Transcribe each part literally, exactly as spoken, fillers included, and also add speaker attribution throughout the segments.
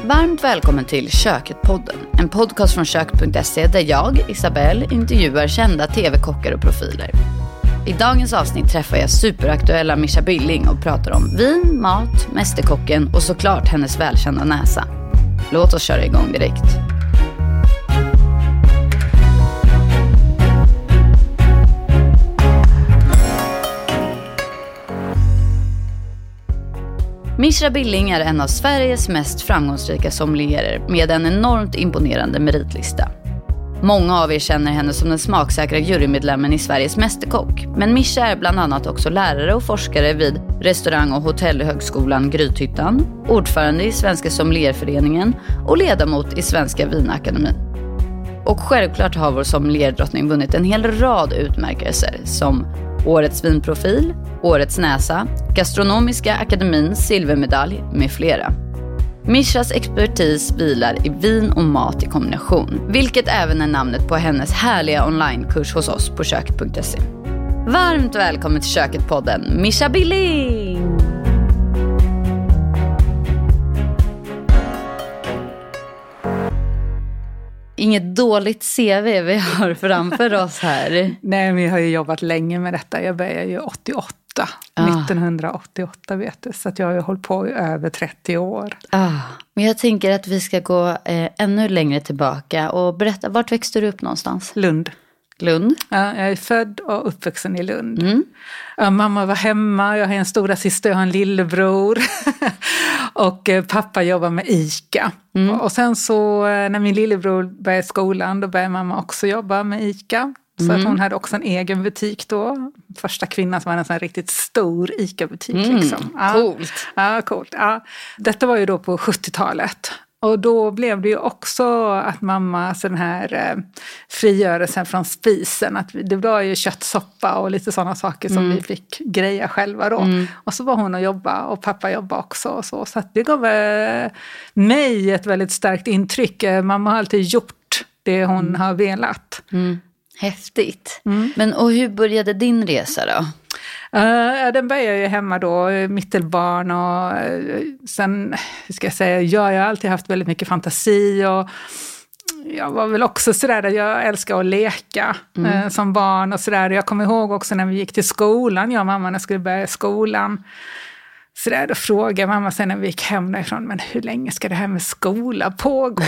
Speaker 1: Varmt välkommen till Köket-podden, en podcast från köket punkt se där jag, Isabelle, intervjuar kända tv-kockar och profiler. I dagens avsnitt träffar jag superaktuella Mischa Billing och pratar om vin, mat, mästerkocken och såklart hennes välkända näsa. Låt oss köra igång direkt. Mischa Billing är en av Sveriges mest framgångsrika sommelierer med en enormt imponerande meritlista. Många av er känner henne som den smaksäkra jurymedlemmen i Sveriges mästerkock. Men Mischa är bland annat också lärare och forskare vid restaurang- och hotellhögskolan Grythyttan, ordförande i Svenska sommelierföreningen och ledamot i Svenska vinakademin. Och självklart har vår sommelierdrottning vunnit en hel rad utmärkelser som Årets vinprofil, Årets näsa, Gastronomiska akademins silvermedalj med flera. Mischas expertis vilar i vin och mat i kombination, vilket även är namnet på hennes härliga onlinekurs hos oss på köket punkt se. Varmt välkommen till Köket-podden, Mischa Billing! Inget dåligt C V vi har framför oss här.
Speaker 2: Nej, vi har ju jobbat länge med detta. Jag började ju åttioåtta. Ah. nittonhundraåttioåtta vet du. Så att jag har ju hållit på i över trettio år.
Speaker 1: Ah. Men jag tänker att vi ska gå eh, ännu längre tillbaka. Och berätta, vart växte du upp någonstans?
Speaker 2: Lund.
Speaker 1: Lund?
Speaker 2: Ja, jag är född och uppvuxen i Lund.
Speaker 1: Mm.
Speaker 2: Ja, mamma var hemma, jag har en stora syster, jag har en lillebror. Och pappa jobbar med ICA. Mm. Och sen så när min lillebror började skolan, då började mamma också jobba med ICA. Så mm. att hon hade också en egen butik då. Första kvinnan som hade en sån här riktigt stor ICA-butik.
Speaker 1: Mm.
Speaker 2: Liksom. Ja.
Speaker 1: Coolt.
Speaker 2: Ja, coolt. Ja. Detta var ju då på sjuttiotalet. Och då blev det ju också att mamma, så den här eh, frigörelsen från spisen, att det var ju köttsoppa och lite sådana saker som mm. vi fick greja själva då. Mm. Och så var hon och jobba och pappa jobba också och så. Så att det gav eh, mig ett väldigt starkt intryck. Mamma har alltid gjort det hon mm. har velat.
Speaker 1: Mm. Häftigt. Mm. Men och hur började din resa då?
Speaker 2: Uh, den började ju hemma då, mittelbarn och uh, sen, hur ska jag säga, jag, jag har alltid haft väldigt mycket fantasi och jag var väl också sådär att jag älskar att leka mm. uh, som barn och sådär. Jag kommer ihåg också när vi gick till skolan, jag och mamma, när jag skulle börja skolan. Så där, då frågade mamma sen när vi gick hem därifrån, men hur länge ska det här med skola pågå?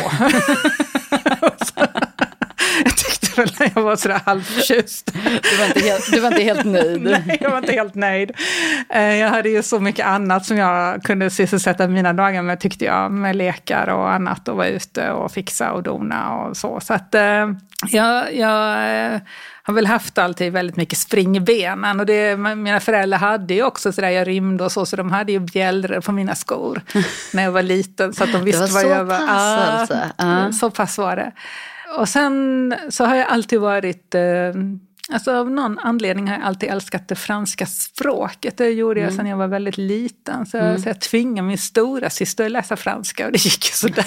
Speaker 2: Jag tyckte väl när jag var sådär halvförtjust.
Speaker 1: Du var inte helt, du var inte helt nöjd.
Speaker 2: Nej, jag var inte helt nöjd. Jag hade ju så mycket annat som jag kunde sysselsätta mina dagar med, tyckte jag, med lekar och annat och vara ute och fixa och dona och så. Så att jag, jag har väl haft alltid väldigt mycket spring i benen och det, mina föräldrar hade ju också sådär, jag rymde och så, så de hade ju bjällror på mina skor när jag var liten så att de visste vad jag var.
Speaker 1: Det var så pass
Speaker 2: ah,
Speaker 1: alltså. Ah.
Speaker 2: Så pass var det. Och sen så har jag alltid varit, eh, alltså av någon anledning har jag alltid älskat det franska språket. Det gjorde jag mm. sedan jag var väldigt liten. Så, mm. så jag tvingade min stora syster att läsa franska och det gick ju sådär.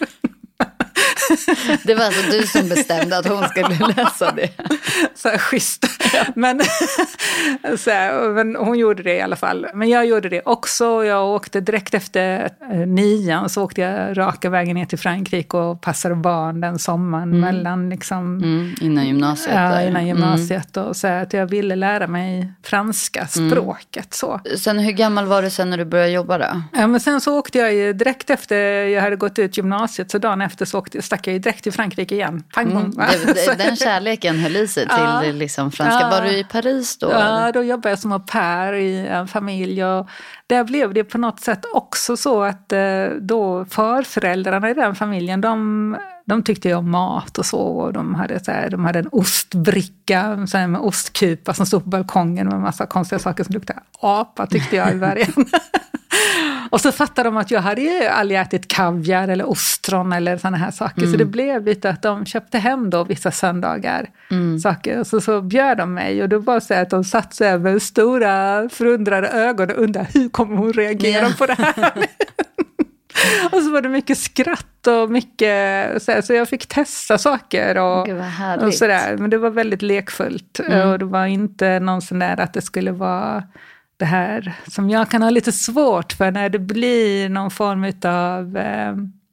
Speaker 1: Det var alltså du som bestämde att hon skulle läsa det.
Speaker 2: Så här, schysst. Men, så här, men hon gjorde det i alla fall. Men jag gjorde det också. Jag åkte direkt efter nian. Så åkte jag raka vägen ner till Frankrike och passade barn den sommaren. Mm. Mellan liksom...
Speaker 1: Mm, innan gymnasiet.
Speaker 2: Ja, innan gymnasiet. Mm. Och så här, att jag ville lära mig franska språket. Mm. Så.
Speaker 1: Sen hur gammal var du sen när du började jobba då?
Speaker 2: Ja, men sen så åkte jag ju direkt efter jag hade gått ut gymnasiet. Så dagen efter så åkte, stack jag direkt till Frankrike igen. Pang, mm.
Speaker 1: det, den kärleken höll i sig till ja. liksom franska. Ja. Var du i Paris då?
Speaker 2: Ja,
Speaker 1: eller?
Speaker 2: Då jobbade jag som au pair i en familj. Och där blev det på något sätt också så att då förföräldrarna i den familjen, de, de tyckte ju om mat och så. Och de hade, så här, de hade en ostbricka så här med ostkupa som stod på balkongen med en massa konstiga saker som luktade apa, tyckte jag i början. Och så fattade de att jag hade ju aldrig ätit kaviar eller ostron eller sådana här saker. Mm. Så det blev lite att de köpte hem då vissa söndagar mm. saker. Och så, så bjöd de mig och det var så att de satt så här med stora förundrade ögon och undrade hur kommer hon reagera yeah. på det här? Och så var det mycket skratt och mycket så, här, så jag fick testa saker och, och sådär. Men det var väldigt lekfullt mm. och det var inte någon sån där att det skulle vara det här som jag kan ha lite svårt för när det blir någon form av eh,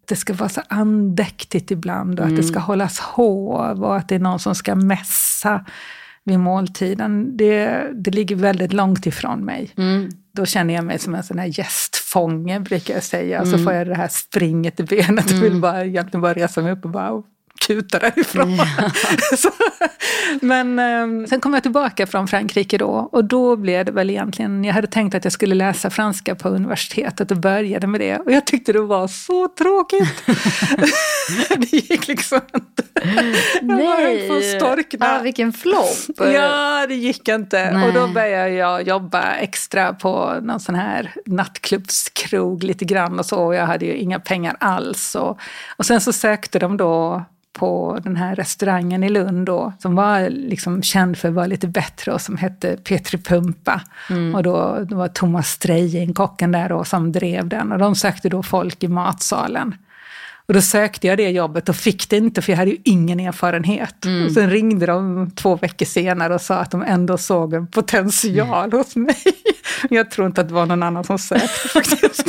Speaker 2: det ska vara så andäktigt ibland och mm. att det ska hållas hov och att det är någon som ska mässa vid måltiden. Det, det ligger väldigt långt ifrån mig. Mm. Då känner jag mig som en sån här gästfånge, brukar jag säga. Mm. Så får jag det här springet i benet och vill bara, egentligen bara resa mig upp och bara kuta därifrån. Ja. Så, men eh, sen kom jag tillbaka från Frankrike då. Och då blev det väl egentligen, jag hade tänkt att jag skulle läsa franska på universitetet och började med det. Och jag tyckte det var så tråkigt. Det gick liksom inte.
Speaker 1: Nej.
Speaker 2: Jag var storkna.
Speaker 1: Ah, vilken flopp.
Speaker 2: Ja, det gick inte. Nej. Och då började jag jobba extra på någon sån här nattklubbskrog lite grann och så. Och jag hade ju inga pengar alls. Och, och sen så sökte de då på den här restaurangen i Lund då, som var liksom känd för att vara lite bättre och som hette Petri Pumpa. Mm. Och då, då var Thomas Strejing, kocken där då, som drev den. Och de sökte då folk i matsalen. Och då sökte jag det jobbet och fick det inte för jag hade ju ingen erfarenhet. Mm. Och sen ringde de två veckor senare och sa att de ändå såg en potential mm. hos mig. Jag tror inte att det var någon annan som sökte faktiskt.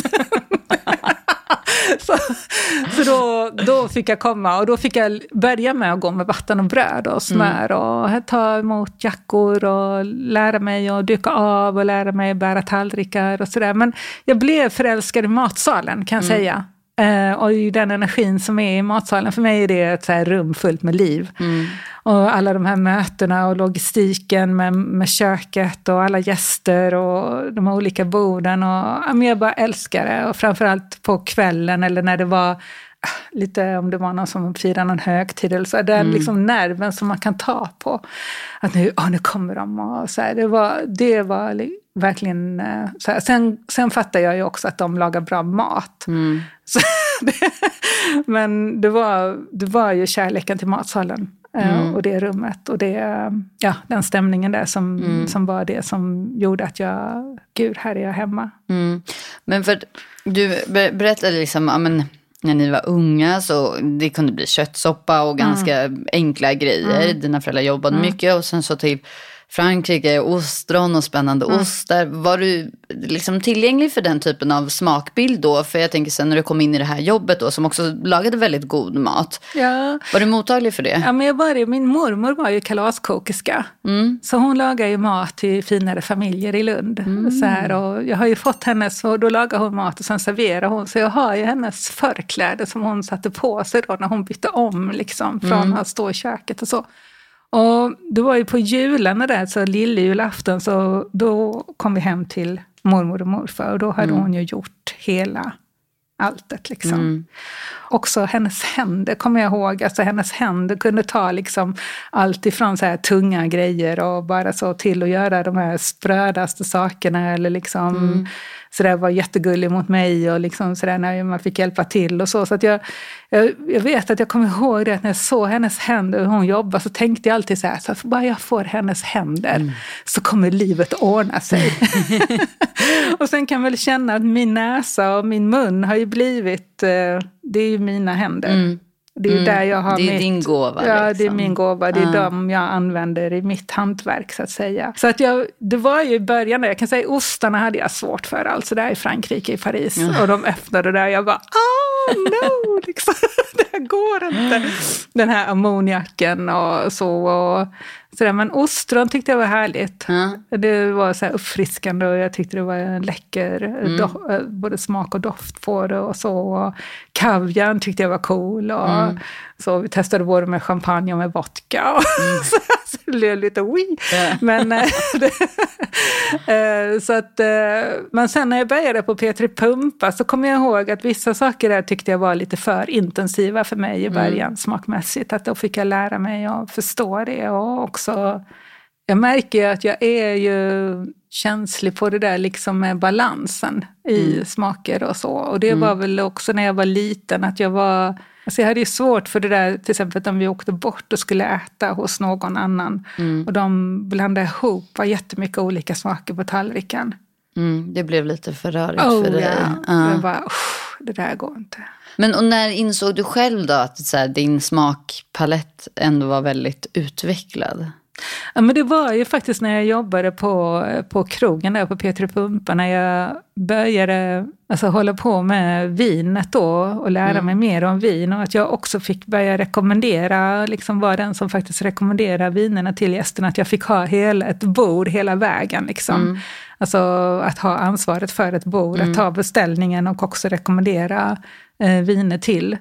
Speaker 2: Så, så då, då fick jag komma och då fick jag börja med att gå med vatten och bröd och smör mm. och ta emot jackor och lära mig att dyka av och lära mig att bära tallrikar och sådär. Men jag blev förälskad i matsalen, kan jag mm. säga. Eh, och den energin som är i matsalen, för mig är det ett så här rum fullt med liv. Mm. Och alla de här mötena och logistiken med, med köket och alla gäster och de olika borden. Och, jag bara älskar det. Och framförallt på kvällen eller när det var lite, om det var någon som firade någon högtid eller så, den mm. liksom nerven som man kan ta på. Att nu, oh, nu kommer de och så här, det var, det var verkligen så här. Sen, sen fattar jag ju också att de lagar bra mat. Mm. Så det, men det var, det var ju kärleken till matsalen. Mm. Och det rummet och det, ja, den stämningen där som, mm. som var det som gjorde att jag, gud, här är jag hemma.
Speaker 1: Mm. Men för du berättade liksom, ja, men när ni var unga så det kunde bli köttsoppa och ganska mm. enkla grejer. Mm. Dina föräldrar jobbade mm. mycket och sen så till Frankrike, ostron och spännande mm. ostar. Var du liksom tillgänglig för den typen av smakbild då? För jag tänker sen när du kom in i det här jobbet då, som också lagade väldigt god mat.
Speaker 2: Ja.
Speaker 1: Var du mottaglig för det?
Speaker 2: Ja, men jag var det. Min mormor var ju kalaskokerska. Mm. Så hon lagade ju mat till finare familjer i Lund. Mm. Så här, och jag har ju fått hennes, och då lagade hon mat och sen serverade hon. Så jag har ju hennes förkläde som hon satte på sig då när hon bytte om liksom, från mm. att stå i köket och så. Och det var ju på julen där, så lilljulafton, så då kom vi hem till mormor och morfar och då hade mm. hon ju gjort hela alltet liksom. Mm. Också hennes händer kommer jag ihåg, alltså hennes händer kunde ta liksom allt ifrån så här tunga grejer och bara så till att göra de här sprödaste sakerna eller liksom mm. så det var jättegullig mot mig och liksom så där när man fick hjälpa till och så. Så att jag, jag, jag vet att jag kommer ihåg det att när jag såg hennes händer och hon jobbade så tänkte jag alltid så här, så bara jag får hennes händer mm. så kommer livet ordna sig. Och sen kan jag väl känna att min näsa och min mun har ju blivit, det är ju mina händer. Mm. Det är mm. där jag har
Speaker 1: det är
Speaker 2: mitt,
Speaker 1: din gåva.
Speaker 2: Ja,
Speaker 1: liksom.
Speaker 2: Det är min gåva. Det är uh. de jag använder i mitt hantverk så att säga. Så att jag, det var ju i början där, jag kan säga ostarna hade jag svårt för. Alltså där i Frankrike, i Paris. Uh. Och de öppnade där, jag bara, oh no, liksom, det här går inte. Den här ammoniaken och så och sådär. Men ostron tyckte jag var härligt. Uh. Det var så här uppfriskande och jag tyckte det var en läcker mm. do, både smak och doft på det och så. Och kaviar tyckte jag var cool och mm. så vi testade både med champagne och med vodka. Och mm. så, så det blev lite oui. Yeah. Men, det, så att, men sen när jag började på Petri Pumpa så kom jag ihåg att vissa saker där tyckte jag var lite för intensiva för mig i början mm. smakmässigt. Att då fick jag lära mig att förstå det och också, jag märker att jag är ju känslig på det där liksom med balansen i mm. smaker och så. Och det mm. var väl också när jag var liten att jag var, alltså jag hade ju svårt för det där, till exempel om vi åkte bort och skulle äta hos någon annan. Mm. Och de blandade ihop var jättemycket olika smaker på tallriken.
Speaker 1: Mm, det blev lite för rörigt
Speaker 2: oh,
Speaker 1: för dig.
Speaker 2: Ja. Uh. Jag bara, det där går inte.
Speaker 1: Men och när insåg du själv då att så här, din smakpalett ändå var väldigt utvecklad?
Speaker 2: Ja, men det var ju faktiskt när jag jobbade på, på krogen där på Petri Pumpa, när jag började alltså, hålla på med vinet då och lära mm. mig mer om vin, och att jag också fick börja rekommendera, liksom vara den som faktiskt rekommenderar vinerna till gästerna, att jag fick ha hela, ett bord hela vägen liksom. Mm. Alltså att ha ansvaret för ett bord, mm. att ta beställningen och också rekommendera eh, viner till.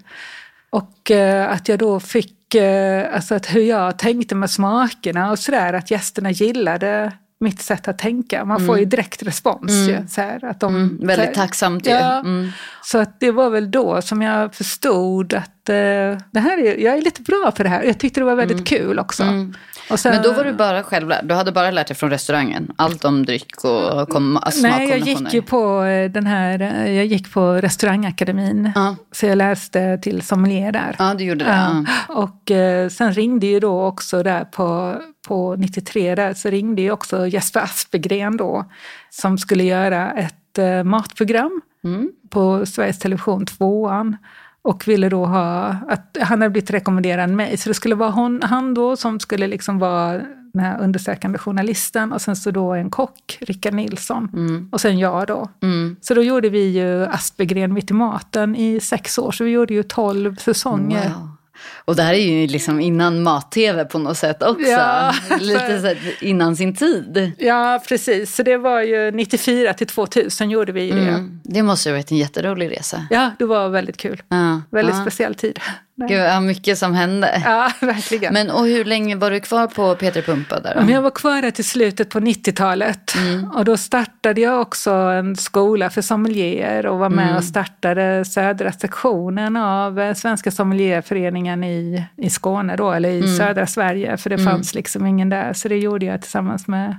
Speaker 2: Och eh, att jag då fick alltså att hur jag tänkte med smakerna och sådär, att gästerna gillade mitt sätt att tänka. Man får mm. ju direkt respons. Mm. Ju, så här, att de,
Speaker 1: mm. Väldigt
Speaker 2: så här,
Speaker 1: tacksamt ju.
Speaker 2: Ja,
Speaker 1: mm.
Speaker 2: Så att det var väl då som jag förstod att eh, det här är, jag är lite bra på det här. Jag tyckte det var väldigt mm. kul också. Mm.
Speaker 1: Och sen, men då var du bara själv där. Du hade bara lärt dig från restaurangen. Allt om dryck och kom,
Speaker 2: nej, jag gick ju på den här, jag gick på restaurangakademin. Uh. Så jag läste till sommelier där.
Speaker 1: Ja, du gjorde det.
Speaker 2: Uh. Och eh, sen ringde ju då också där på, på nittiotre där, så ringde ju också Jesper Aspegren då, som skulle göra ett eh, matprogram mm. på Sveriges Television tvåan. Och ville då ha, att han hade blivit rekommenderad mig. Så det skulle vara hon, han då som skulle liksom vara den här undersökande journalisten. Och sen så då en kock, Rickard Nilsson. Mm. Och sen jag då. Mm. Så då gjorde vi ju Aspegren mitt i maten i sex år. Så vi gjorde ju tolv säsonger.
Speaker 1: Wow. Och det här är ju liksom innan mat-tv på något sätt också. Ja, lite så här innan sin tid.
Speaker 2: Ja, precis. Så det var ju nittiofyra till tvåtusen gjorde vi det. Mm.
Speaker 1: Det måste ju ha varit en jätterolig resa.
Speaker 2: Ja, det var väldigt kul. Ja, väldigt ja. speciell tid.
Speaker 1: Gud, ja, mycket som hände.
Speaker 2: Ja, verkligen.
Speaker 1: Men och hur länge var du kvar på Petri Pumpa där då?
Speaker 2: Jag var kvar där till slutet på nittiotalet. Mm. Och då startade jag också en skola för sommelier och var med mm. och startade södra sektionen av Svenska sommelierföreningen i, i Skåne då, eller i mm. södra Sverige. För det mm. fanns liksom ingen där. Så det gjorde jag tillsammans med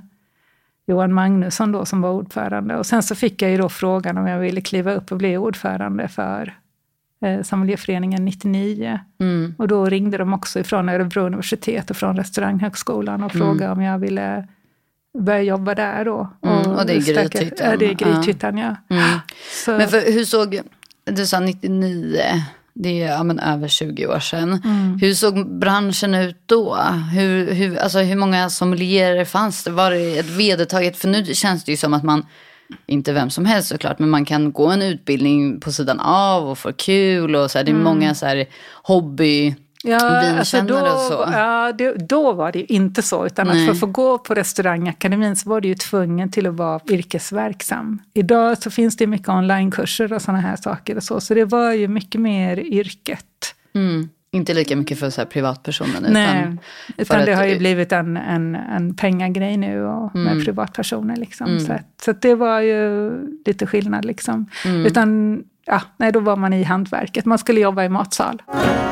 Speaker 2: Johan Magnusson då som var ordförande. Och sen så fick jag ju då frågan om jag ville kliva upp och bli ordförande för eh, sommelierföreningen nittionio. Mm. Och då ringde de också ifrån Örebro universitet och från restauranghögskolan och frågade mm. om jag ville börja jobba där då. Och,
Speaker 1: mm, och det är Grythyttan.
Speaker 2: Ja, det är Grythyttan, ja. ja. Mm.
Speaker 1: Så. Men för, hur såg, du sa nittionio, det är ja, men över tjugo år sedan. Mm. Hur såg branschen ut då? Hur, hur, alltså, hur många sommelierer fanns det? Var det ett vedertaget? För nu känns det ju som att man, inte vem som helst såklart, men man kan gå en utbildning på sidan av och få kul. Och så här, det är mm. många så här hobby...
Speaker 2: Ja, alltså då, och så. Ja, det, då var det ju inte så, utan Nej. att för att få gå på restaurangakademin så var det ju tvungen till att vara yrkesverksam. Idag så finns det mycket onlinekurser och sådana här saker och så, så det var ju mycket mer yrket.
Speaker 1: Mm. Inte lika mycket för så här privatpersoner.
Speaker 2: Nej, utan, utan det att, har ju blivit en, en, en pengagrej nu och mm. med privatpersoner liksom. Mm. Så, att, så att det var ju lite skillnad liksom. Mm. Utan, ja, nej, då var man i hantverket. Man skulle jobba i matsal.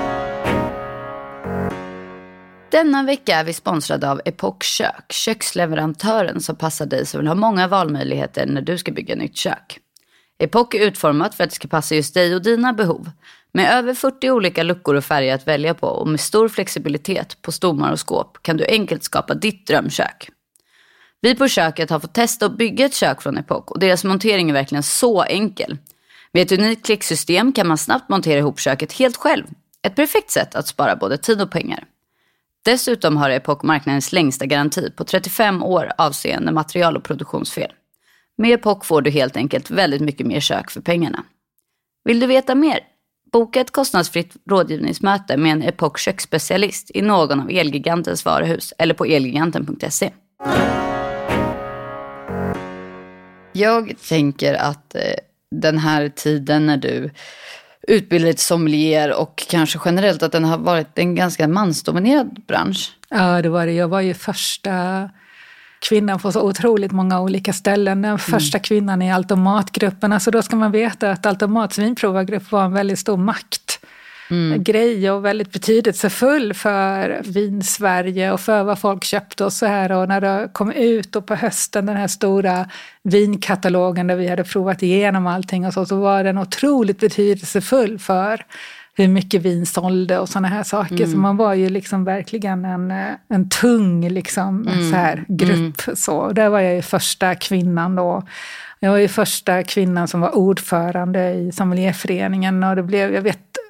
Speaker 1: Denna vecka är vi sponsrade av Epoch Kök, köksleverantören som passar dig som vill ha många valmöjligheter när du ska bygga nytt kök. Epoch är utformat för att det ska passa just dig och dina behov. Med över fyrtio olika luckor och färger att välja på och med stor flexibilitet på stommar och skåp kan du enkelt skapa ditt drömkök. Vi på köket har fått testa att bygga ett kök från Epoch och deras montering är verkligen så enkel. Med ett unikt klicksystem kan man snabbt montera ihop köket helt själv. Ett perfekt sätt att spara både tid och pengar. Dessutom har Epoch marknadens längsta garanti på trettiofem år avseende material- och produktionsfel. Med Epoch får du helt enkelt väldigt mycket mer kök för pengarna. Vill du veta mer? Boka ett kostnadsfritt rådgivningsmöte med en Epoch köksspecialist i någon av Elgigantens varuhus eller på elgiganten punkt se. Jag tänker att eh, den här tiden när du utbildade till sommelier och kanske generellt att den har varit en ganska mansdominerad bransch.
Speaker 2: Ja, det var det. Jag var ju första kvinnan på så otroligt många olika ställen. Den första mm. kvinnan i automatgruppen. Alltså då ska man veta att Automats vinprovargrupp var en väldigt stor makt. Mm. grej och väldigt betydelsefull för Vin-Sverige och för vad folk köpte och så här. Och när det kom ut och på hösten den här stora vinkatalogen där vi hade provat igenom allting och så, så var den otroligt betydelsefull för hur mycket vin sålde och såna här saker. Mm. Så man var ju liksom verkligen en, en tung liksom, mm. så här grupp. Mm. Så. Där var jag ju första kvinnan då. Jag var ju första kvinnan som var ordförande i sommelierföreningen och det blev, jag vet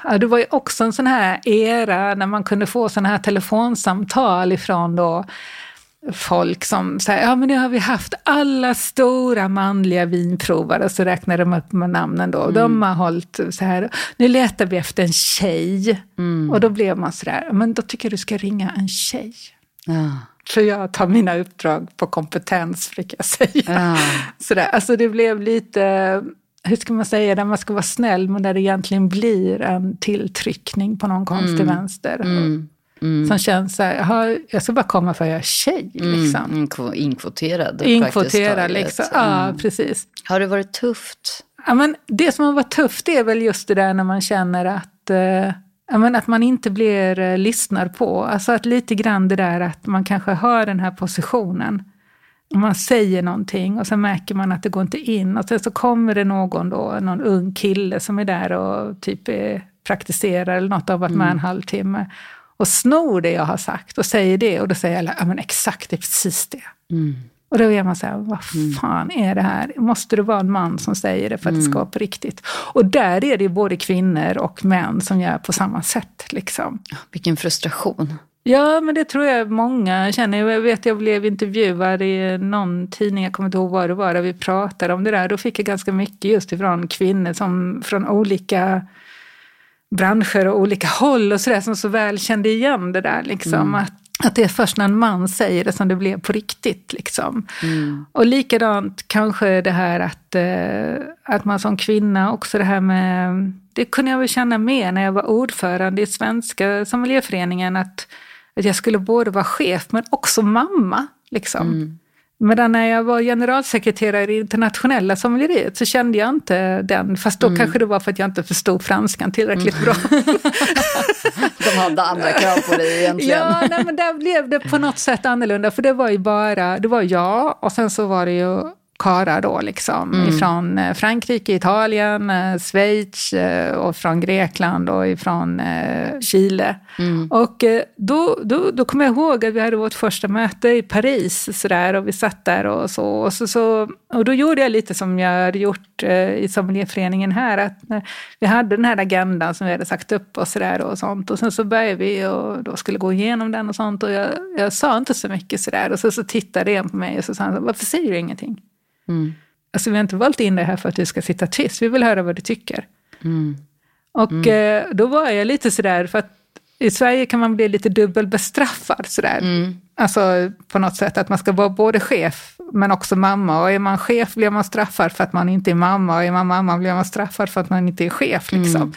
Speaker 2: Ja, det var ju också en sån här era när man kunde få såna här telefonsamtal ifrån då folk som säger, ja men nu har vi haft alla stora manliga vinprovare, så räknar de upp med namnen då. Mm. De har hållit så här, nu letar vi efter en tjej. Mm. Och då blev man så där, men då tycker jag du ska ringa en tjej. Ja. För jag tar mina uppdrag på kompetens, fick jag säga. Ja. Så där, alltså det blev lite, hur ska man säga, där man ska vara snäll, men där det egentligen blir en tilltryckning på någon konstig mm. vänster. Mm. Mm. Som känns så här, jag ska bara komma för att jag är tjej. Liksom.
Speaker 1: Mm, inkvoterad.
Speaker 2: Inkvoterad, liksom. Ja, mm. precis.
Speaker 1: Har det varit tufft?
Speaker 2: Ja, men det som har varit tufft är väl just det där när man känner att, eh, ja, men att man inte blir eh, lyssnad på. Alltså att lite grann det där att man kanske har den här positionen. Man säger någonting och så märker man att det går inte in. Och sen så kommer det någon då, någon ung kille som är där och typ eh, praktiserar eller något, har varit med mm. en halvtimme. Och snor det jag har sagt och säger det. Och då säger alla, ja men exakt, det är precis det. Mm. Och då är man så här, vad fan är det här? Måste det vara en man som säger det för att mm. det ska vara på riktigt? Och där är det både kvinnor och män som gör på samma sätt. Liksom.
Speaker 1: Vilken frustration.
Speaker 2: Ja, men det tror jag många känner. Jag vet, jag blev intervjuad i någon tidning, jag kommer inte ihåg vad det var, där vi pratade om det där. Då fick jag ganska mycket just ifrån kvinnor som från olika branscher och olika håll och sådär, som så väl kände igen det där liksom, mm. att, att det är först när en man säger det som det blev på riktigt liksom. Mm. Och likadant kanske det här att, eh, att man som kvinna också det här med, det kunde jag väl känna mer när jag var ordförande i Svenska sommelierföreningen, att, att jag skulle både vara chef men också mamma liksom. Mm. Medan när jag var generalsekreterare i internationella sommelieriet så kände jag inte den. Fast då mm. kanske det var för att jag inte förstod franskan tillräckligt mm. bra.
Speaker 1: De hade andra krav på dig egentligen.
Speaker 2: Ja, nej, men där blev det på något sätt annorlunda. För det var ju bara, det var jag och sen så var det ju karlar då liksom. Mm. Ifrån Frankrike, Italien, Schweiz och från Grekland och ifrån Chile. Mm. Och då, då, då kommer jag ihåg att vi hade vårt första möte i Paris så där, och vi satt där och så. Och, så, så, och då gjorde jag lite som jag hade gjort i sommelierföreningen här. Att vi hade den här agendan som vi hade sagt upp och så där och sånt. Och sen så började vi och då skulle gå igenom den och sånt. Och jag, jag sa inte så mycket så där. Och så, så tittade en på mig och så sa han, varför säger du ingenting? Mm. Alltså vi har inte valt in det här för att du ska sitta tyst. Vi vill höra vad du tycker. Mm. Och mm. Eh, då var jag lite sådär, för att i Sverige kan man bli lite dubbelbestraffad sådär. Mm. Alltså på något sätt att man ska vara både chef men också mamma. Och är man chef blir man straffad för att man inte är mamma. Och är man mamma blir man straffad för att man inte är chef liksom.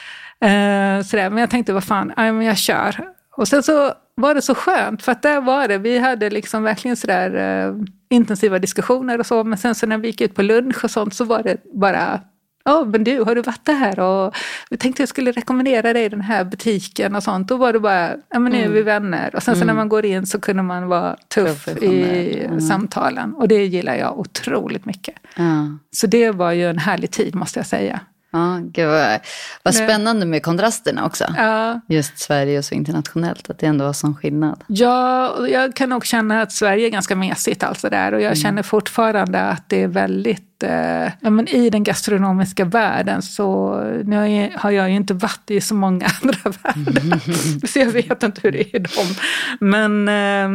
Speaker 2: Mm. Eh, sådär. Men jag tänkte, vad fan, ja, men jag kör. Och sen så var det så skönt, för att där var det, vi hade liksom verkligen sådär eh, intensiva diskussioner och så, men sen så när vi gick ut på lunch och sånt så var det bara, ja oh, men du, har du varit där? Och vi tänkte jag skulle rekommendera dig den här butiken och sånt, då var det bara, ja men nu är vi vänner. Och sen mm. så när man går in så kunde man vara tuff, tuff i mm. samtalen, och det gillar jag otroligt mycket. Mm. Så det var ju en härlig tid, måste jag säga.
Speaker 1: Ja, gud vad, vad spännande med kontrasterna också. Ja. Just Sverige och så internationellt, att det ändå var sån skillnad.
Speaker 2: Ja, och jag kan också känna att Sverige är ganska mesigt alltså där. Och jag mm. känner fortfarande att det är väldigt, eh, ja, men i den gastronomiska världen så, nu har jag ju inte varit i så många andra världar. Mm. Så jag vet inte hur det är dem. Men...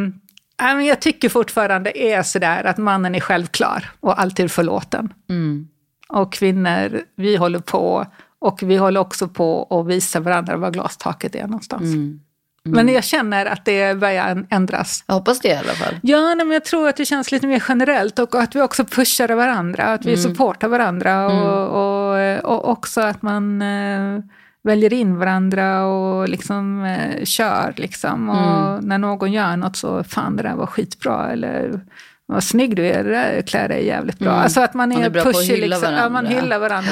Speaker 2: Eh, jag tycker fortfarande är sådär att mannen är självklar och alltid förlåten. Mm. Och kvinnor, vi håller på, och vi håller också på att visa varandra var glastaket är någonstans. Mm. Mm. Men jag känner att det börjar ändras.
Speaker 1: Jag hoppas det i alla fall.
Speaker 2: Ja, nej, men jag tror att det känns lite mer generellt, och att vi också pushar varandra, att vi mm. supportar varandra och, mm. och, och också att man äh, väljer in varandra och liksom äh, kör liksom. Och mm. när någon gör något så, fan det där var skitbra, eller... Vad snygg du är, det där klär dig jävligt bra. Mm. Alltså att man är, man är pushig liksom. Ja, man hyllar varandra.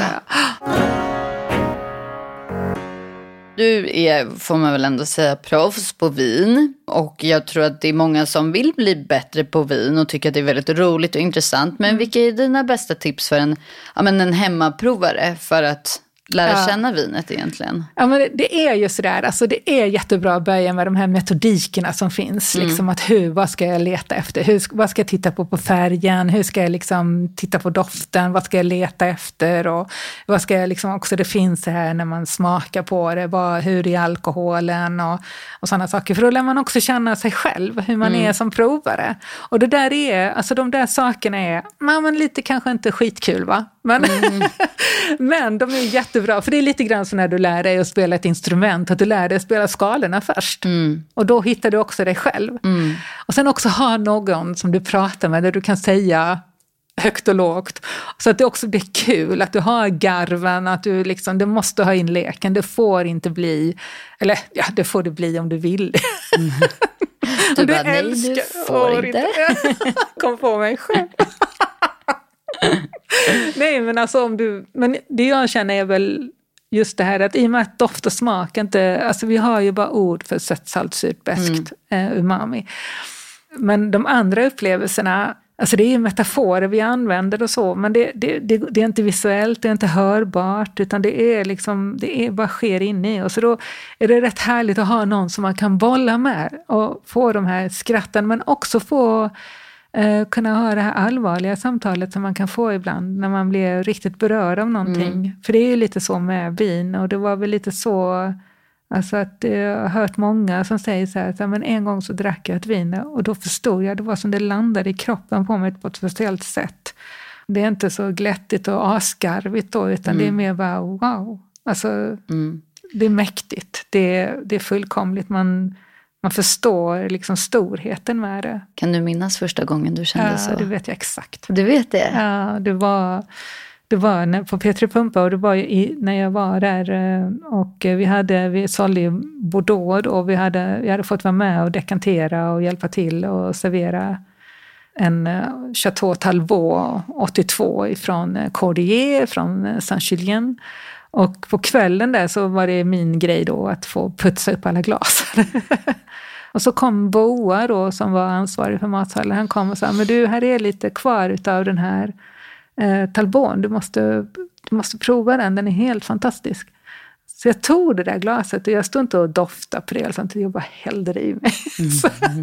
Speaker 1: Du är, får man väl ändå säga, proffs på vin. Och jag tror att det är många som vill bli bättre på vin och tycker att det är väldigt roligt och intressant. Men mm. vilka är dina bästa tips för en, ja, men en hemmaprovare för att lära
Speaker 2: ja.
Speaker 1: känna vinet egentligen?
Speaker 2: Ja, men det, det är ju sådär, alltså det är jättebra att börja med de här metodikerna som finns. Mm. Liksom att hur, vad ska jag leta efter? Hur, vad ska jag titta på på färgen? Hur ska jag liksom titta på doften? Vad ska jag leta efter? Och vad ska jag liksom också, det finns det här när man smakar på det. Vad, hur är alkoholen? Och, och sådana saker. För då lär man också känna sig själv, hur man mm. är som provare. Och det där är, alltså de där sakerna är, man lite kanske inte skitkul va? Men, mm. men de är jättebra, för det är lite grann så när du lär dig att spela ett instrument, att du lär dig att spela skalorna först. Mm. Och då hittar du också dig själv. Mm. Och sen också ha någon som du pratar med, där du kan säga högt och lågt. Så att det också blir kul, att du har garven, att du liksom, du måste ha in leken. Det får inte bli, eller ja, det får det bli om du vill. Mm.
Speaker 1: Du, du bara, nej, du får inte.
Speaker 2: Kom på mig själv. Nej, men alltså om du, men det jag känner är väl just det här att i och med att doft och smak inte, alltså vi har ju bara ord för sött, salt, surt, beskt, mm. eh, umami. Men de andra upplevelserna, alltså det är ju metaforer vi använder och så, men det, det, det, det är inte visuellt, det är inte hörbart, utan det är liksom, det är bara sker inne i oss. Så då är det rätt härligt att ha någon som man kan bolla med och få de här skratten, men också få Uh, kunna ha det här allvarliga samtalet som man kan få ibland när man blir riktigt berörd av någonting. Mm. För det är ju lite så med vin, och det var väl lite så, alltså att uh, jag har hört många som säger så här, att, men en gång så drack jag ett vin och då förstod jag, det var som det landade i kroppen på mig på ett speciellt sätt. Det är inte så glättigt och asgarvigt då, utan mm. det är mer bara wow. Alltså mm. det är mäktigt, det, det är fullkomligt, man Man förstår liksom storheten med det.
Speaker 1: Kan du minnas första gången du kände
Speaker 2: ja,
Speaker 1: så?
Speaker 2: Ja, det vet jag exakt.
Speaker 1: Du vet det?
Speaker 2: Ja, det var, det var när, på P tre Pumpa, och det var i, när jag var där. Och vi, hade, vi sålde i Bordeaux och vi hade, vi hade fått vara med och dekantera och hjälpa till och servera en Chateau Talbot åttiotvå ifrån Cordier, från Saint-Julien. Och på kvällen där så var det min grej då att få putsa upp alla glas. Och så kom Boa då, som var ansvarig för matsalen. Han kom och sa, men du, här är lite kvar utav den här eh, Talbon. Du måste, du måste prova den, den är helt fantastisk. Så jag tog det där glaset och jag stod inte och doftade på det. Sånt, jag bara hällde det i mig. Mm.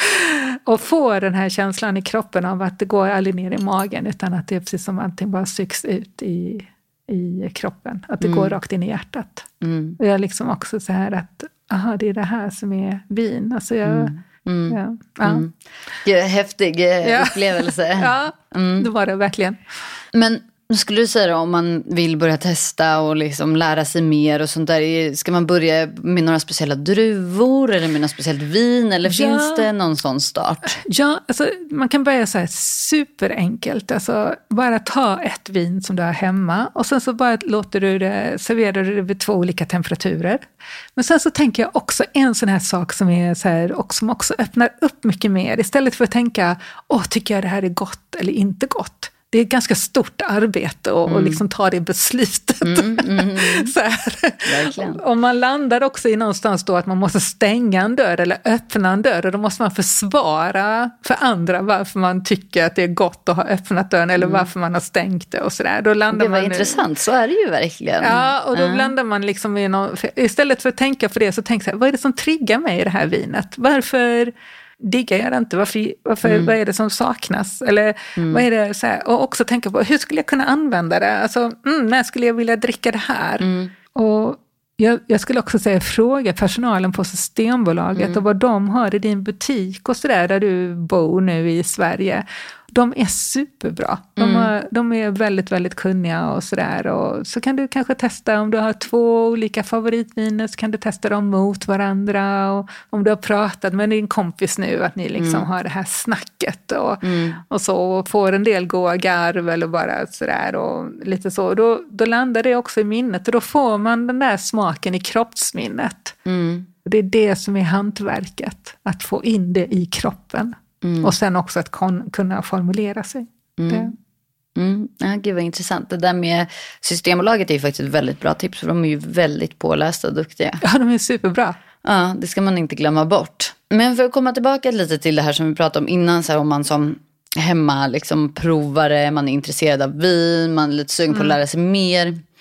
Speaker 2: Och få den här känslan i kroppen av att det går aldrig ner i magen, utan att det är precis som allting bara syks ut i... i kroppen, att det mm. går rakt in i hjärtat. Mm. Och jag liksom också så här att, aha, det är det här som är vin. Alltså jag, mm. Mm. ja. ja.
Speaker 1: Mm. Gud, häftig ja. upplevelse.
Speaker 2: Ja, mm. det var det verkligen.
Speaker 1: Men skulle du säga då, om man vill börja testa och liksom lära sig mer och sånt där, ska man börja med några speciella druvor eller med något speciellt vin, eller ja. finns det någon sån start?
Speaker 2: Ja, alltså man kan börja så här superenkelt, alltså bara ta ett vin som du har hemma och sen så bara låter du det, serverar du det vid två olika temperaturer. Men sen så tänker jag också en sån här sak som är så här, och som också öppnar upp mycket mer, istället för att tänka, åh, tycker jag det här är gott eller inte gott? Det är ett ganska stort arbete och, mm. och liksom ta det beslutet. Mm, mm, mm. Så här. Och man landar också i någonstans då att man måste stänga en dörr eller öppna en dörr. Och då måste man försvara för andra varför man tycker att det är gott att ha öppnat dörren eller mm. varför man har stängt det och sådär. Då landar
Speaker 1: det var
Speaker 2: man
Speaker 1: intressant, så är det ju verkligen.
Speaker 2: Ja, och då
Speaker 1: uh.
Speaker 2: landar man liksom i någon, istället för att tänka på det så tänk så här, vad är det som triggar mig i det här vinet? Varför... diggar jag det inte? Varför, varför, mm. Vad är det som saknas? Eller mm. vad är det så här? Och också tänka på, hur skulle jag kunna använda det? Alltså, mm, när skulle jag vilja dricka det här? Mm. Och jag, jag skulle också säga, fråga personalen på Systembolaget mm. och vad de har i din butik och sådär där du bor nu i Sverige. De är superbra. De, mm. har, de är väldigt, väldigt kunniga och sådär. Och så kan du kanske testa, om du har två olika favoritviner så kan du testa dem mot varandra. Och om du har pratat med din kompis nu att ni liksom mm. har det här snacket och, mm. och så och får en del goa garv eller bara sådär och lite så. Då, då landar det också i minnet och då får man den där smaken i kroppsminnet. Mm. Det är det som är hantverket, att få in det i kroppen. Mm. Och sen också att kon- kunna formulera sig.
Speaker 1: Mm. Mm. Ja, gud vad intressant. Det där med Systembolaget är ju faktiskt ett väldigt bra tips. För de är ju väldigt pålästa och duktiga.
Speaker 2: Ja, de är superbra.
Speaker 1: Ja, det ska man inte glömma bort. Men för att komma tillbaka lite till det här som vi pratade om innan. Så här, om man som hemma liksom provare, man är intresserad av vin. Man är lite sugen på mm. att lära sig mer.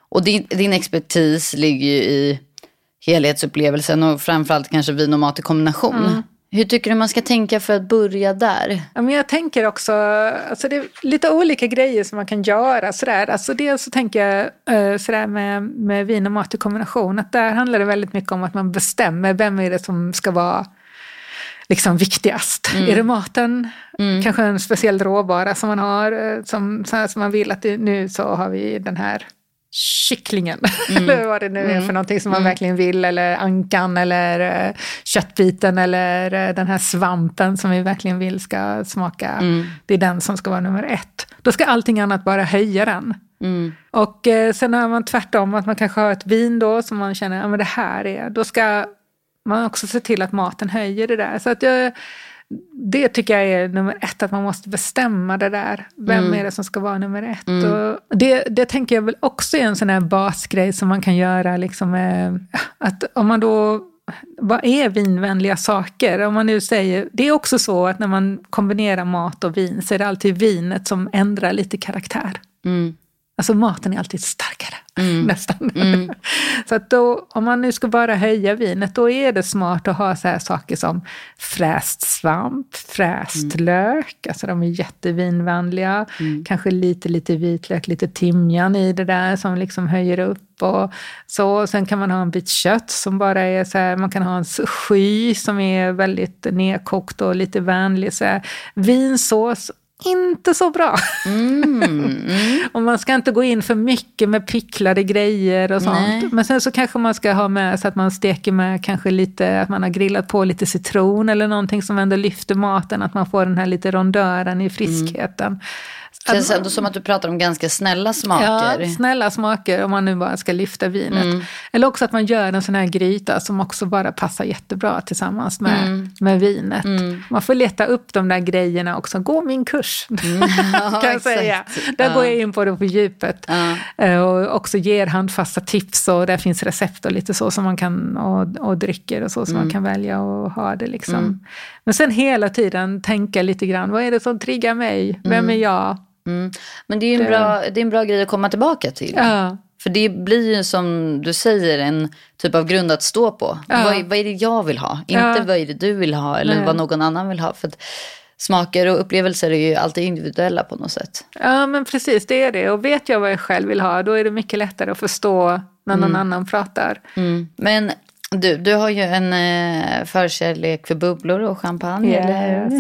Speaker 1: Och din, din expertis ligger ju i helhetsupplevelsen och framförallt kanske vin och mat i kombination. Mm. Hur tycker du man ska tänka för att börja där?
Speaker 2: Ja, men jag tänker också, alltså det är lite olika grejer som man kan göra. Sådär. Alltså dels så tänker jag sådär med, med vin och mat i kombination, att där handlar det väldigt mycket om att man bestämmer vem är det som ska vara liksom viktigast. Mm. Är det maten? Mm. Kanske en speciell råvara som man har, som, som man vill att det, nu så har vi den här kycklingen, mm. eller vad det nu är mm. för någonting som man mm. verkligen vill, eller ankan, eller uh, köttbiten, eller uh, den här svampen som vi verkligen vill ska smaka. Mm. Det är den som ska vara nummer ett. Då ska allting annat bara höja den. Mm. Och uh, sen har man tvärtom, att man kanske har ett vin då som man känner, ja men det här är, då ska man också se till att maten höjer det där. Så att jag det tycker jag är nummer ett, att man måste bestämma det där. Vem mm. är det som ska vara nummer ett? Mm. Och det, det tänker jag väl också är en sån här basgrej som man kan göra. Liksom, eh, att om man då, vad är vinvänliga saker? Om man nu säger, det är också så att när man kombinerar mat och vin så är det alltid vinet som ändrar lite karaktär. Mm. Alltså maten är alltid starkare, mm. nästan. Mm. Så att då, om man nu ska bara höja vinet, då är det smart att ha så här saker som fräst svamp, fräst mm. lök. Alltså de är jättevinvänliga. Mm. Kanske lite, lite vitlök, lite timjan i det där som liksom höjer upp. Och så. Sen kan man ha en bit kött som bara är så här, man kan ha en sky som är väldigt nedkokt och lite vänlig. Så här. Vinsås, inte så bra. Mm, mm. Och man ska inte gå in för mycket med picklade grejer och sånt. Nej. Men sen så kanske man ska ha med så att man steker med kanske lite, att man har grillat på lite citron eller någonting som ändå lyfter maten, att man får den här lite rondören i friskheten. Mm.
Speaker 1: Det känns ändå som att du pratar om ganska snälla smaker.
Speaker 2: Ja, snälla smaker om man nu bara ska lyfta vinet. Mm. Eller också att man gör en sån här gryta som också bara passar jättebra tillsammans med, mm. med vinet. Mm. Man får leta upp de där grejerna också. Gå min kurs, mm. ja, kan jag säga. Där ja. går jag in på det på djupet. Ja. Och också ger handfasta tips, och där finns recept och lite så som man kan, och, och drycker och så som mm. man kan välja och ha det liksom. Mm. Men sen hela tiden tänka lite grann, vad är det som triggar mig? Vem mm. är jag?
Speaker 1: Mm. Men det är ju en, det... Bra, det är en bra grej att komma tillbaka till.
Speaker 2: Ja.
Speaker 1: För det blir ju, som du säger, en typ av grund att stå på. Ja. Vad, vad är det jag vill ha? Inte ja. vad är det du vill ha eller Nej. vad någon annan vill ha. För att smaker och upplevelser är ju alltid individuella på något sätt.
Speaker 2: Ja, men precis, det är det. Och vet jag vad jag själv vill ha, då är det mycket lättare att förstå när någon mm. annan pratar.
Speaker 1: Mm. Men du, du har ju en eh, förkärlek för bubblor och champagne,
Speaker 2: yes.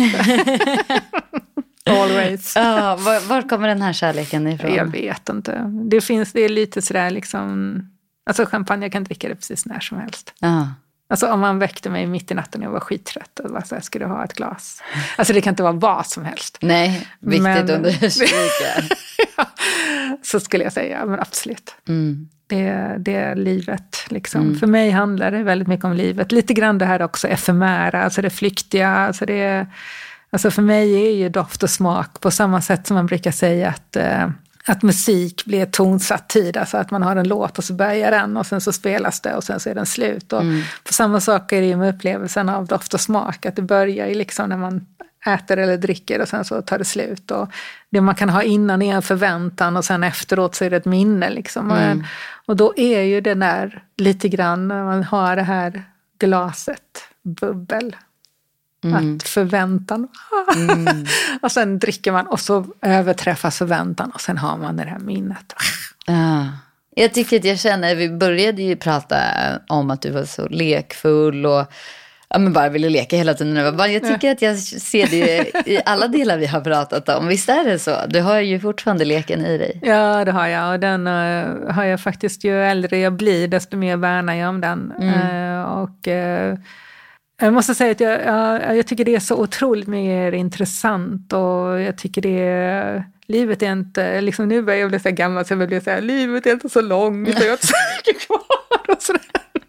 Speaker 2: eller? Always.
Speaker 1: Ja, var, var kommer den här kärleken ifrån?
Speaker 2: Jag vet inte. Det finns, det är lite sådär liksom, alltså champagne, jag kan dricka det precis när som helst. Ja. Alltså om man väckte mig mitt i natten och jag var skittrött och var så här, ska du ha ett glas? Alltså det kan inte vara vad som helst.
Speaker 1: Nej, viktigt men, understryka.
Speaker 2: Ja, så skulle jag säga, men absolut. Mm. Det, det är livet liksom. Mm. För mig handlar det väldigt mycket om livet. Lite grann det här också efemära, alltså det flyktiga, alltså det är... Alltså för mig är ju doft och smak på samma sätt som man brukar säga att, eh, att musik blir tonsatt tid. Alltså att man har en låt och så börjar den och sen så spelas det och sen så är den slut. Och mm. på samma sak är det ju med upplevelsen av doft och smak. Att det börjar ju liksom när man äter eller dricker och sen så tar det slut. Och det man kan ha innan är en förväntan och sen efteråt så är det ett minne liksom. Mm. Och då är ju det där lite grann när man har det här glaset, bubbel. Mm. Att förväntan. Mm. Och sen dricker man och så överträffas förväntan och sen har man det här minnet.
Speaker 1: Ja. Jag tycker att jag känner, vi började ju prata om att du var så lekfull och ja, men bara ville leka hela tiden. Jag tycker att jag ser det i alla delar vi har pratat om. Visst är det så? Du har ju fortfarande leken i dig.
Speaker 2: Ja, det har jag. Och den uh, har jag faktiskt, ju äldre jag blir, desto mer värnar jag om den. Mm. Uh, och... Uh, Jag måste säga att jag, jag, jag tycker det är så otroligt mer intressant och jag tycker det är, livet är inte, liksom nu börjar jag bli så gammal så jag blir så här, livet är inte så långt och jag har inte så mycket kvar och sådär.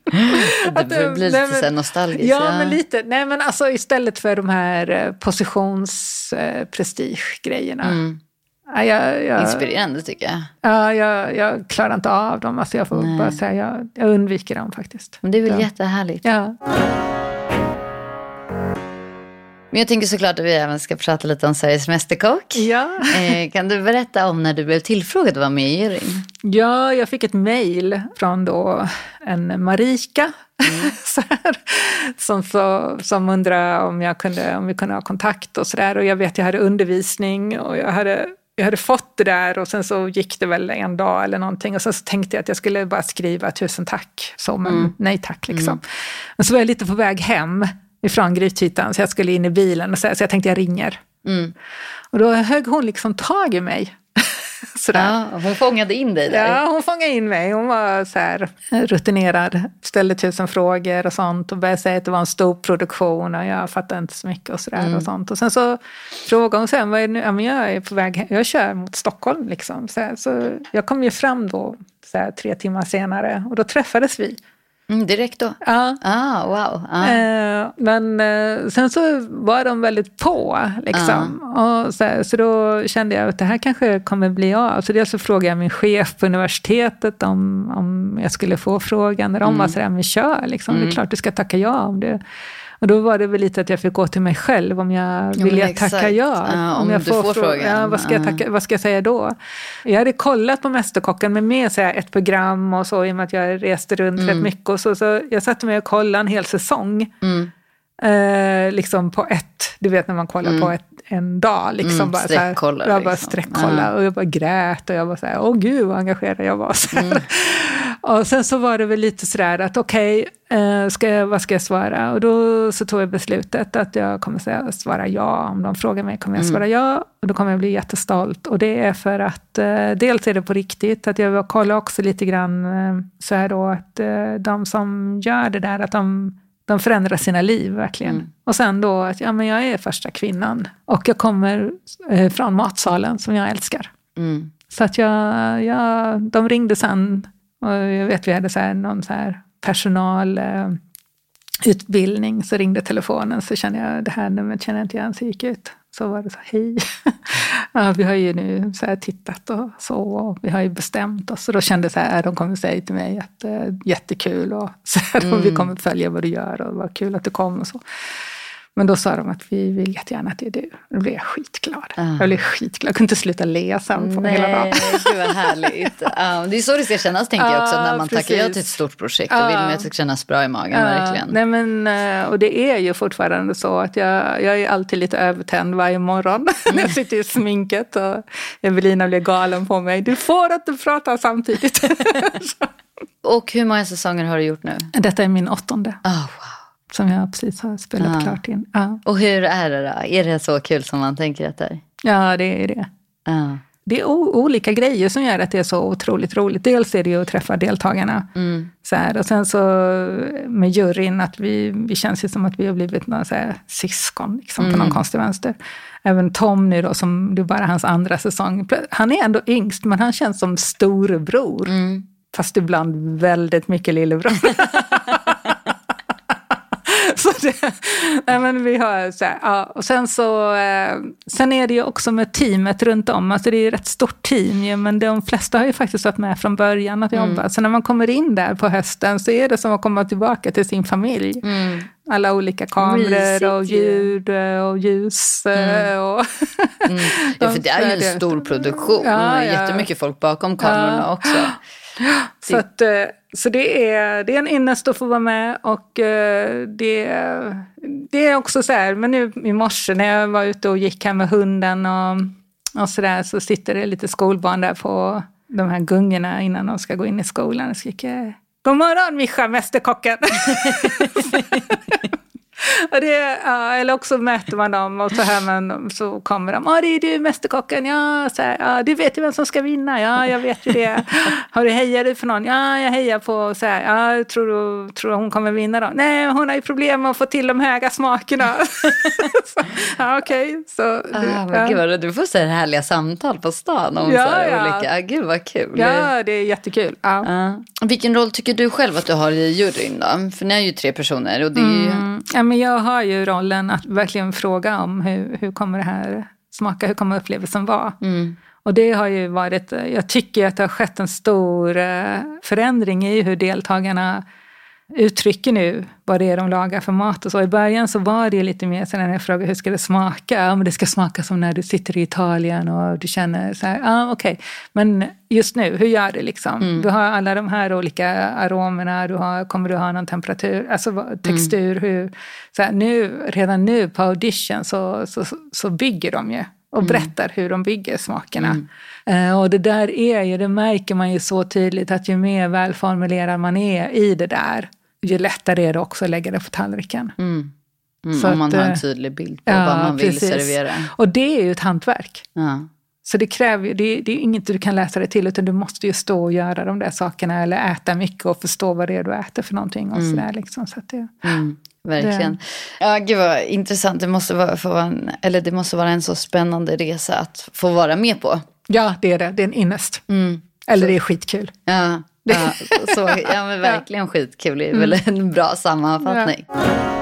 Speaker 1: Det blir lite så nostalgiskt.
Speaker 2: Ja, men lite, nej men alltså istället för de här positionsprestige-grejerna. Mm. Ja, jag, jag,
Speaker 1: inspirerande tycker jag.
Speaker 2: Ja, jag, jag klarar inte av dem, alltså jag får nej. bara säga, jag, jag undviker dem faktiskt.
Speaker 1: Men det är väl
Speaker 2: så.
Speaker 1: Jättehärligt.
Speaker 2: Ja.
Speaker 1: Men jag tänker såklart att vi även ska prata lite om Sveriges Mästerkock.
Speaker 2: Ja.
Speaker 1: Eh, kan du berätta om när du blev tillfrågad att vara med i juryn?
Speaker 2: Ja, jag fick ett mejl från då en Marika mm. så här, som, så, som undrade om, jag kunde, om vi kunde ha kontakt och sådär. Och jag vet jag hade undervisning och jag hade, jag hade fått det där och sen så gick det väl en dag eller någonting. Och sen så tänkte jag att jag skulle bara skriva tusen tack som en mm. nej tack liksom. Mm. Men så var jag lite på väg hem ifrån Grythyttan så jag skulle in i bilen och så, så jag tänkte jag ringer. Mm. Och då högg hon liksom tag i mig. Sådär.
Speaker 1: Ja, hon fångade in dig där.
Speaker 2: Ja, hon fångade in mig. Hon var så här rutinerad, ställde tusen frågor och sånt och började säga att det var en stor produktion och jag fattade inte så mycket och sådär mm. och sånt. Och sen så frågade hon sen, vad är det nu? Ja, men jag är på väg, jag kör mot Stockholm liksom. Så, här, så jag kom ju fram då så här, tre timmar senare och då träffades vi.
Speaker 1: Mm, direkt då?
Speaker 2: Ja.
Speaker 1: Ah, wow. Ah.
Speaker 2: Eh, men eh, sen så var de väldigt på liksom. Ah. Och så, så då kände jag att det här kanske kommer bli av. Så dels så frågade jag min chef på universitetet om, om jag skulle få frågan. När de mm. var sådär, men kör liksom. Mm. Det är klart du ska tacka ja om det. Och då var det väl lite att jag fick gå till mig själv om jag
Speaker 1: ja,
Speaker 2: vill jag tacka ja.
Speaker 1: Ja, om, om
Speaker 2: jag
Speaker 1: du får, får frågan.
Speaker 2: Ja, vad, ska jag tacka, vad ska jag säga då? Jag hade kollat på Mästerkocken med med så här, ett program och så i och med att jag reste runt mm. rätt mycket. Och så, så jag satte mig och kollade en hel säsong. Mm. Eh, liksom på ett, du vet när man kollar mm. på ett, en dag. Liksom
Speaker 1: mm,
Speaker 2: bara, så här, jag bara
Speaker 1: liksom.
Speaker 2: sträckkolla och jag bara grät och jag var så här, åh gud vad engagerad jag var. Så mm. Och sen så var det väl lite sådär att okej, okay, eh, ska jag, vad ska jag svara? Och då så tog jag beslutet att jag kommer säga, svara ja. Om de frågar mig kommer jag svara mm. ja. Och då kommer jag bli jättestolt. Och det är för att eh, dels är det på riktigt. Att jag vill kolla också lite grann eh, så här då att eh, de som gör det där att de, de förändrar sina liv verkligen. Mm. Och sen då att ja, men jag är första kvinnan. Och jag kommer eh, från matsalen som jag älskar. Mm. Så att jag, jag, de ringde sen. Och jag vet vi hade så här någon så här personal eh, utbildning så ringde telefonen så kände jag det här numret känner jag inte igen så gick ut. Så var det så hej. Ja, vi har ju nu så här tittat och så och vi har ju bestämt oss. Så då kände jag så här, de kommer säga till mig att eh, jättekul och så här, mm. och vi kommer följa vad du gör och vad kul att du kom och så. Men då sa de att vi vill jättegärna att det är du. Då blev jag skitglad. Uh. Jag blev skitglad. Jag kunde inte sluta le sen på
Speaker 1: Nej,
Speaker 2: hela dagen.
Speaker 1: Det var härligt. Uh, det är så det ska kännas, tänker uh, jag också. När man precis. tackar ja till ett stort projekt. Då uh. vill man att det ska kännas bra i magen, uh. verkligen.
Speaker 2: Nej, men, och det är ju fortfarande så att jag, jag är alltid lite övertänd varje morgon. Mm. när jag sitter i sminket och Evelina blir galen på mig. Du får inte prata samtidigt.
Speaker 1: Och hur många säsonger har du gjort nu?
Speaker 2: Detta är min åttonde.
Speaker 1: Oh, wow.
Speaker 2: Som jag precis har spelat ja. klart in. Ja.
Speaker 1: Och hur är det då? Är det så kul som man tänker att det är?
Speaker 2: Ja, det är det.
Speaker 1: Ja.
Speaker 2: Det är o- olika grejer som gör att det är så otroligt roligt. Dels är det ju att träffa deltagarna. Mm. Så här, och sen så med juryn att vi, vi känns ju som att vi har blivit några så här syskon liksom, mm. på någon konstig vänster. Även Tom nu då, som det är bara hans andra säsong. Han är ändå yngst, men han känns som storebror. Mm. Fast ibland väldigt mycket lillebror. Så det, nej men vi har så här, ja, och sen så eh, sen är det ju också med teamet runt om, alltså det är ju ett rätt stort team ju, men de flesta har ju faktiskt varit med från början att jobba, mm. så när man kommer in där på hösten så är det som att komma tillbaka till sin familj. Mm. Alla olika kameror Risigt, och ljud och ljus mm. och
Speaker 1: mm. Ja, för det är ju en stor produktion, ja, ja. Jättemycket folk bakom kamerorna ja. också.
Speaker 2: Så, att, så det, är, det är en ynnest att få vara med och det, det är också så här, men nu i morse när jag var ute och gick här med hunden och, och så där så sitter det lite skolbarn där på de här gungorna innan de ska gå in i skolan och skriker god morgon Mischa, mästerkocken! Och det, ja, eller också möter man dem och så hör man, så kommer de, ja det är du mästerkocken, ja, så här, ja du vet ju vem som ska vinna, ja jag vet ju det, har du hejar du för någon, ja jag hejar på så här, ja tror du tror hon kommer vinna då, nej hon har ju problem med att få till de höga smakerna. Så, ja okej okay. Så
Speaker 1: ah, men ja. Gud vad du får så här härliga samtal på stan om ja, så här ja. olika, ah, gud vad kul.
Speaker 2: Ja det är jättekul. Ja.
Speaker 1: Ah. Vilken roll tycker du själv att du har i juryn då? För ni är ju tre personer och det är ju...
Speaker 2: Mm. Ja, men jag har ju rollen att verkligen fråga om hur, hur kommer det här smaka, hur kommer upplevelsen vara. Mm. Och det har ju varit, jag tycker att det har skett en stor förändring i hur deltagarna uttrycker nu vad det är de lagar för mat och så. I början så var det lite mer så när jag frågade hur ska det smaka? Ja, men det ska smaka som när du sitter i Italien och du känner så här, ja okej. Okay. Men just nu, hur gör det liksom? Mm. Du har alla de här olika aromerna, du har, kommer du ha någon temperatur, alltså textur, mm. hur, så här, nu, redan nu på audition så, så, så bygger de ju. Och berättar mm. hur de bygger smakerna. Mm. Uh, och det där är ju, det märker man ju så tydligt att ju mer välformulerad man är i det där, ju lättare är det också att lägga det på tallriken.
Speaker 1: Mm. Mm, så om man att, har en tydlig bild på ja, vad man vill precis. servera.
Speaker 2: Och det är ju ett hantverk.
Speaker 1: Ja.
Speaker 2: Så det kräver det, det är inget du kan läsa det till, utan du måste ju stå och göra de där sakerna eller äta mycket och förstå vad det är du äter för någonting. Och mm. sådär liksom. Så att det...
Speaker 1: Mm. Verkligen. Det. Ja, gud vad intressant. Det måste vara, få en, eller det måste vara en så spännande resa att få vara med på.
Speaker 2: Ja, det är det. Det är en ynnest. Mm. Eller så. Det är skitkul.
Speaker 1: Ja, ja, så, ja men verkligen ja. skitkul. Det är väl en bra sammanfattning. Ja.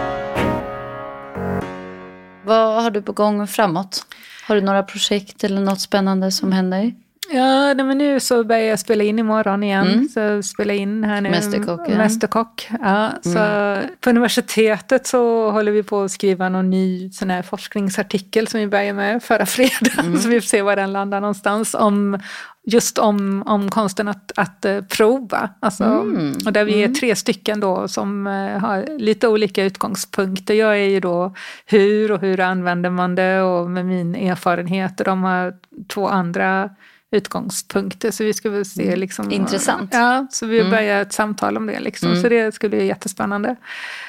Speaker 1: Vad har du på gång framåt? Har du några projekt eller något spännande som händer?
Speaker 2: Ja, men nu så börjar jag spela in imorgon igen. Mm. Så spela in här nu.
Speaker 1: Mästerkock. Ja.
Speaker 2: Mästerkock. Ja, så mm. på universitetet så håller vi på att skriva någon ny sån här forskningsartikel som vi börjar med förra fredagen. Mm. Så vi får se var den landar någonstans. Om, just om, om konsten att, att uh, prova. Alltså, mm. Och där vi är tre stycken då som uh, har lite olika utgångspunkter. Jag är ju då hur och hur använder man det och med min erfarenhet. Och de har två andra utgångspunkter, så vi ska väl se liksom,
Speaker 1: intressant.
Speaker 2: Ja, så vi börjar mm. ett samtal om det liksom, mm. så det skulle bli jättespännande.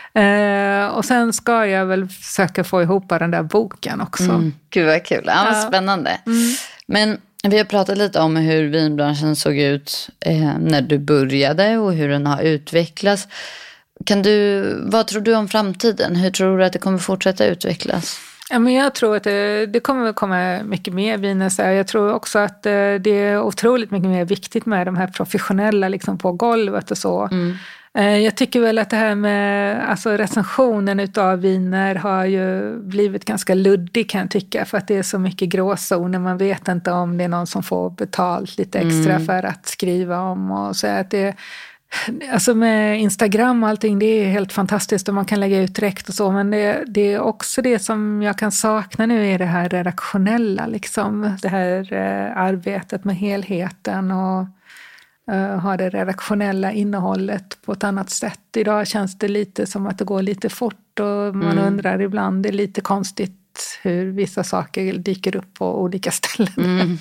Speaker 2: Eh, och sen ska jag väl försöka få ihop den där boken också.
Speaker 1: Mm. Gud vad kul, ja, ja. Spännande. Mm. Men vi har pratat lite om hur vinbranschen såg ut eh, när du började och hur den har utvecklats. Kan du, vad tror du om framtiden? Hur tror du att det kommer fortsätta utvecklas?
Speaker 2: Ja, men jag tror att det, det kommer att komma mycket mer viner. Så jag tror också att det är otroligt mycket mer viktigt med de här professionella liksom på golvet och så. Mm. Jag tycker väl att det här med alltså recensionen utav viner har ju blivit ganska luddig, kan jag tycka. För att det är så mycket gråzoner. Man vet inte om det är någon som får betalt lite extra mm. för att skriva om. Och så att det Alltså med Instagram och allting, det är helt fantastiskt och man kan lägga ut direkt och så, men det, det är också det som jag kan sakna nu är det här redaktionella liksom, det här eh, arbetet med helheten och eh, ha det redaktionella innehållet på ett annat sätt. Idag känns det lite som att det går lite fort och man mm. undrar ibland, det är lite konstigt hur vissa saker dyker upp på olika ställen. Mm. Mm.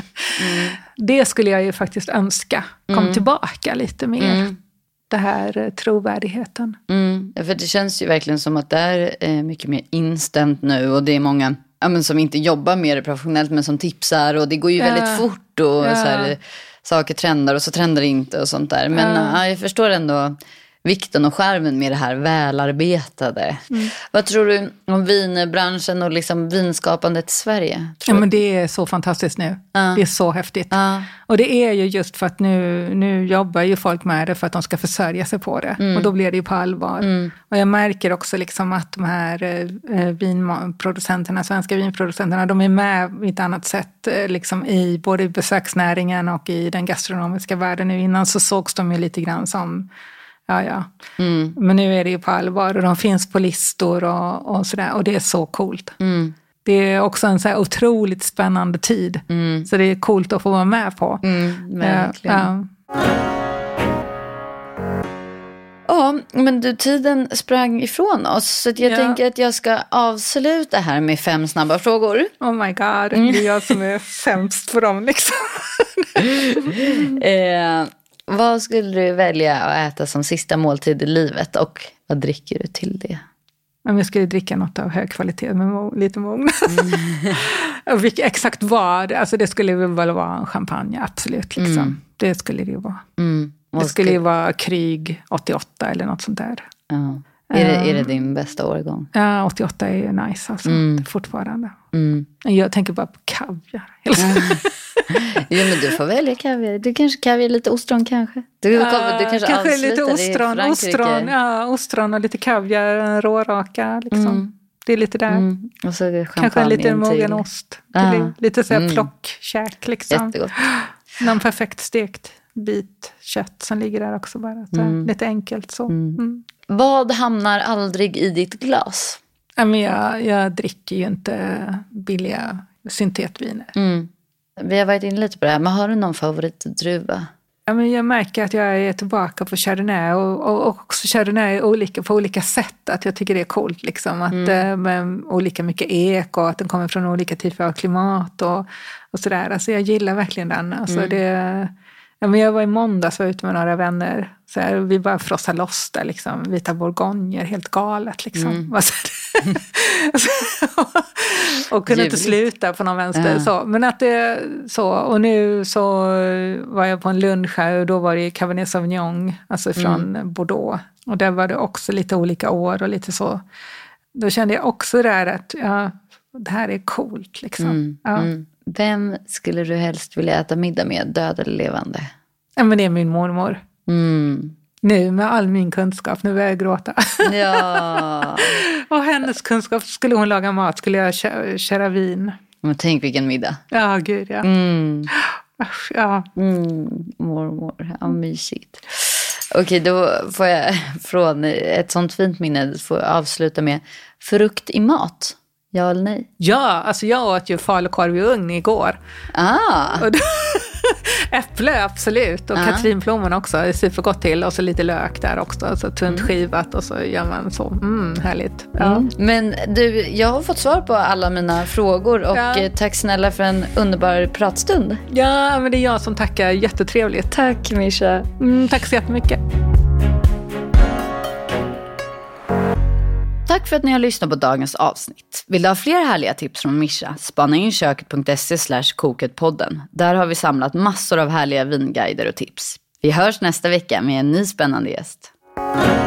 Speaker 2: Det skulle jag ju faktiskt önska kom mm. tillbaka lite mer. Mm. Det här trovärdigheten.
Speaker 1: Mm, för det känns ju verkligen som att det är mycket mer instämt nu och det är många ja, men som inte jobbar med det professionellt men som tipsar och det går ju ja. väldigt fort och ja. så här, saker trendar och så trendar det inte och sånt där. Men ja. Ja, jag förstår ändå vikten och skärmen med det här välarbetade. Mm. Vad tror du om vinbranschen och liksom vinskapandet i Sverige?
Speaker 2: Ja, men det är så fantastiskt nu. Uh. Det är så häftigt. Uh. Och det är ju just för att nu, nu jobbar ju folk med det för att de ska försörja sig på det. Mm. Och då blir det ju på allvar. Mm. Och jag märker också liksom att de här eh, vinproducenterna, svenska vinproducenterna, de är med i ett annat sätt eh, liksom i både besöksnäringen och i den gastronomiska världen. Nu innan så sågs de ju lite grann som Ja, ja. Mm. Men nu är det ju på allvar och de finns på listor och, och sådär. Och det är så coolt. Mm. Det är också en så här otroligt spännande tid. Mm. Så det är coolt att få vara med på.
Speaker 1: Mm, verkligen. Ja, ja. ja, men du, tiden sprang ifrån oss. Så jag ja. tänker att jag ska avsluta här med fem snabba frågor.
Speaker 2: Oh my god, det är jag som är sämst på dem liksom.
Speaker 1: eh, Vad skulle du välja att äta som sista måltid i livet och vad dricker du till det?
Speaker 2: Om jag skulle dricka något av hög kvalitet med mo- lite mogna. Mm. Exakt vad, alltså det skulle väl vara en champagne, absolut. Liksom. Mm. Det skulle det ju vara. Mm. Det skulle ju vara Krig åttioåtta eller något sånt där.
Speaker 1: Ja. Är det, är det din bästa årgång?
Speaker 2: Ja, åttioåtta är ju nice alltså, mm. fortfarande. Mm. Jag tänker bara på kaviar. Mm.
Speaker 1: Jo, men du får välja kaviar. Du kanske kaviar lite ostron kanske. Du,
Speaker 2: ja,
Speaker 1: kommer, du kanske,
Speaker 2: kanske lite ostron, ostron, ja, ostron och lite kaviar, råraka liksom. Mm. Det är lite där. Mm. Och så kanske en liten mogen ost. Ah. Lite så här mm. plockkäk liksom.
Speaker 1: Jättegott.
Speaker 2: Någon perfekt stekt bit kött som ligger där också bara. Så mm. lite enkelt så. Mm. Mm.
Speaker 1: Vad hamnar aldrig i ditt glas?
Speaker 2: Ja, men jag, jag dricker ju inte billiga syntetviner.
Speaker 1: Mm. Vi har varit inne lite på det här, men har du någon favoritdruva?
Speaker 2: Ja, men jag märker att jag är tillbaka på Chardonnay och, och, och också Chardonnay olika, på olika sätt. Att jag tycker det är coolt liksom, att, mm. med olika mycket ek och att den kommer från olika typer av klimat och, och sådär. Alltså jag gillar verkligen den. Alltså mm. det, ja, men jag var i måndags var ute med några vänner. Så här, vi bara frossade loss där liksom, vita bourgogner, helt galet liksom. Mm. Och kunde inte sluta på någon vänster. Ja. Så. Men att det så, och nu så var jag på en lunch här och då var det Cabernet Sauvignon, alltså från mm. Bordeaux. Och där var det också lite olika år och lite så. Då kände jag också där att ja, det här är coolt liksom. Mm. Ja.
Speaker 1: Mm. Vem skulle du helst vilja äta middag med, död eller levande?
Speaker 2: Ja, men det är min mormor.
Speaker 1: Mm.
Speaker 2: Nu med all min kunskap, nu börjar jag gråta.
Speaker 1: Ja.
Speaker 2: Och hennes kunskap, skulle hon laga mat, skulle jag köra, köra vin.
Speaker 1: Men tänk vilken middag.
Speaker 2: Ja, gud ja.
Speaker 1: Mm.
Speaker 2: Ja.
Speaker 1: Mm, mormor, ja, mysigt. Okej, då får jag från ett sånt fint minne får jag avsluta med frukt i mat. Ja eller nej?
Speaker 2: Ja, alltså jag åt ju falukorv i ugn igår.
Speaker 1: Ah.
Speaker 2: Och då, äpple, absolut. Och ah. katrinplommon också, är supergott till. Och så lite lök där också, så tunt mm. skivat. Och så gör man så, mm, härligt. Ja.
Speaker 1: Mm. Men du, jag har fått svar på alla mina frågor. Och ja. tack snälla för en underbar pratstund.
Speaker 2: Ja, men det är jag som tackar, jättetrevligt.
Speaker 1: Tack Mischa.
Speaker 2: Mm, tack så jättemycket.
Speaker 1: Tack för att ni har lyssnat på dagens avsnitt. Vill du ha fler härliga tips från Mischa? Spana in köket punkt se slash koketpodden. Där har vi samlat massor av härliga vinguider och tips. Vi hörs nästa vecka med en ny spännande gäst.